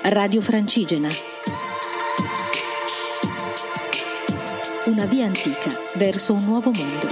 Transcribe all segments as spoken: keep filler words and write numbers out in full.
Radio Francigena. Una via antica verso un nuovo mondo.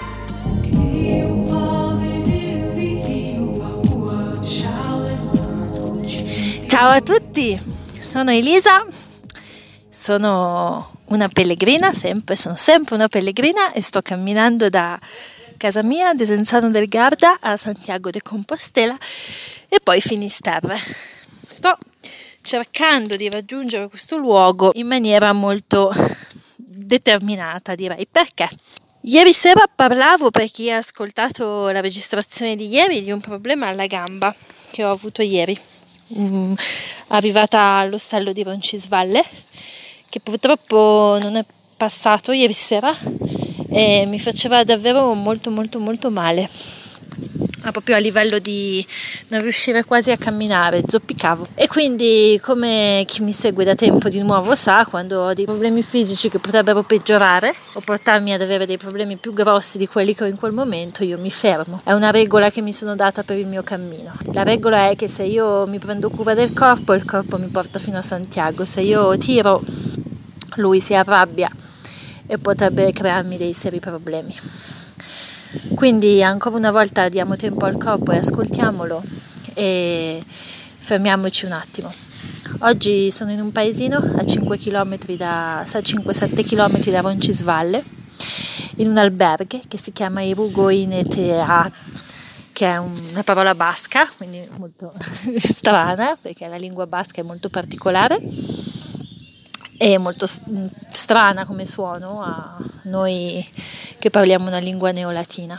Ciao a tutti, sono Elisa, sono una pellegrina, sempre, sono sempre una pellegrina e sto camminando da casa mia, a Desenzano del Garda, a Santiago de Compostela e poi Finisterre. Sto cercando di raggiungere questo luogo in maniera molto determinata, direi. Perché? Ieri sera parlavo, per chi ha ascoltato la registrazione di ieri, di un problema alla gamba che ho avuto ieri, mm, arrivata all'ostello di Roncisvalle, che purtroppo non è passato ieri sera e mi faceva davvero molto molto molto male, ma proprio a livello di non riuscire quasi a camminare, zoppicavo. E quindi, come chi mi segue da tempo di nuovo sa, quando ho dei problemi fisici che potrebbero peggiorare o portarmi ad avere dei problemi più grossi di quelli che ho in quel momento, io mi fermo. È una regola che mi sono data per il mio cammino. La regola è che se io mi prendo cura del corpo, il corpo mi porta fino a Santiago. Se io tiro, lui si arrabbia e potrebbe crearmi dei seri problemi. Quindi ancora una volta diamo tempo al corpo e ascoltiamolo e fermiamoci un attimo. Oggi sono in un paesino a cinque chilometri da cinque sette chilometri da Roncisvalle, in un alberghe che si chiama Irugoinetea, che è una parola basca, quindi molto strana perché la lingua basca è molto particolare. È molto strana come suono a noi che parliamo una lingua neolatina.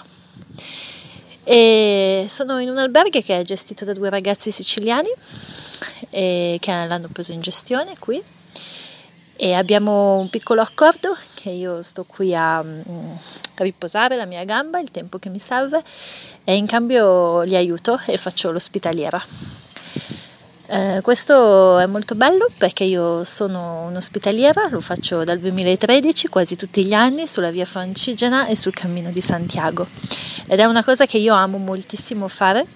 E sono in un alberghe che è gestito da due ragazzi siciliani e che l'hanno preso in gestione qui, e abbiamo un piccolo accordo che io sto qui a, a riposare la mia gamba il tempo che mi serve e in cambio li aiuto e faccio l'ospitaliera. Eh, questo è molto bello perché io sono un'ospitaliera, lo faccio dal duemilatredici quasi tutti gli anni sulla via Francigena e sul cammino di Santiago, ed è una cosa che io amo moltissimo fare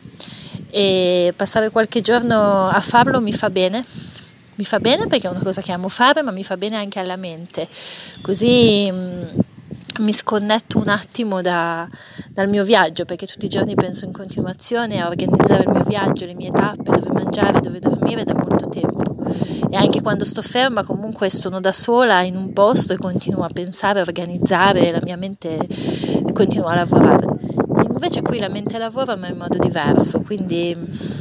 e passare qualche giorno a farlo mi fa bene. Mi fa bene perché è una cosa che amo fare, ma mi fa bene anche alla mente, così mh, mi sconnetto un attimo da, dal mio viaggio, perché tutti i giorni penso in continuazione a organizzare il mio viaggio, le mie tappe, dove mangiare, dove dormire da molto tempo, e anche quando sto ferma comunque sono da sola in un posto e continuo a pensare, a organizzare, la mia mente continua a lavorare. Invece qui la mente lavora ma in modo diverso, quindi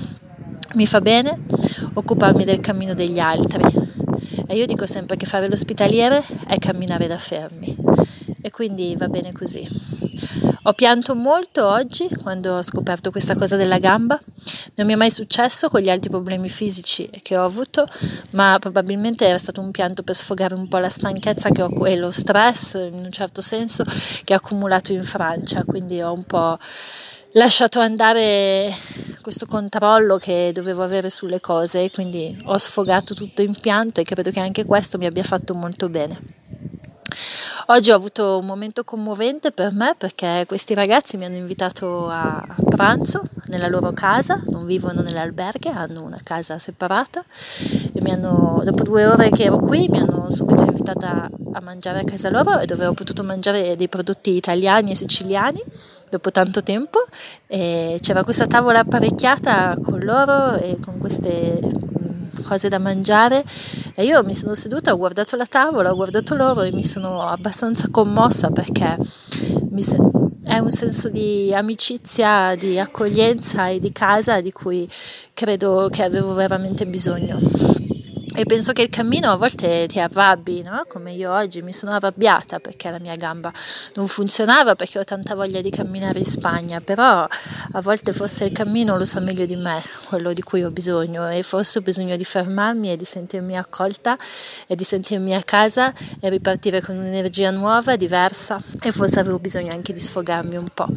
mi fa bene occuparmi del cammino degli altri, e io dico sempre che fare l'ospitaliere è camminare da fermi, e quindi va bene così. Ho pianto molto oggi quando ho scoperto questa cosa della gamba. Non mi è mai successo con gli altri problemi fisici che ho avuto, ma probabilmente era stato un pianto per sfogare un po' la stanchezza che ho, e lo stress in un certo senso che ho accumulato in Francia, quindi ho un po' lasciato andare questo controllo che dovevo avere sulle cose, e quindi ho sfogato tutto in pianto, e credo che anche questo mi abbia fatto molto bene. Oggi ho avuto un momento commovente per me perché questi ragazzi mi hanno invitato a pranzo nella loro casa, non vivono nell'alberghe, hanno una casa separata, e mi hanno, dopo due ore che ero qui, mi hanno subito invitata a mangiare a casa loro, e dove ho potuto mangiare dei prodotti italiani e siciliani dopo tanto tempo, e c'era questa tavola apparecchiata con loro e con queste cose da mangiare, e io mi sono seduta, ho guardato la tavola, ho guardato loro e mi sono abbastanza commossa perché mi se- è un senso di amicizia, di accoglienza e di casa di cui credo che avevo veramente bisogno. E penso che il cammino a volte ti arrabbi, no? Come io oggi mi sono arrabbiata perché la mia gamba non funzionava, perché ho tanta voglia di camminare in Spagna, però a volte forse il cammino lo sa meglio di me, quello di cui ho bisogno, e forse ho bisogno di fermarmi e di sentirmi accolta e di sentirmi a casa e ripartire con un'energia nuova, diversa, e forse avevo bisogno anche di sfogarmi un po'.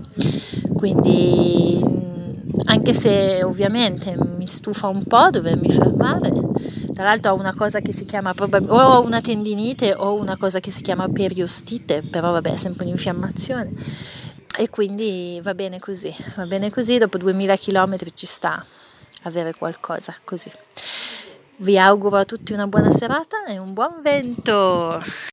Quindi, anche se ovviamente mi stufa un po' dovermi fermare, tra l'altro ho una cosa che si chiama probab- o ho una tendinite o una cosa che si chiama periostite, però vabbè è sempre un'infiammazione, e quindi va bene così, va bene così, dopo duemila chilometri ci sta avere qualcosa così. Vi auguro a tutti una buona serata e un buon vento!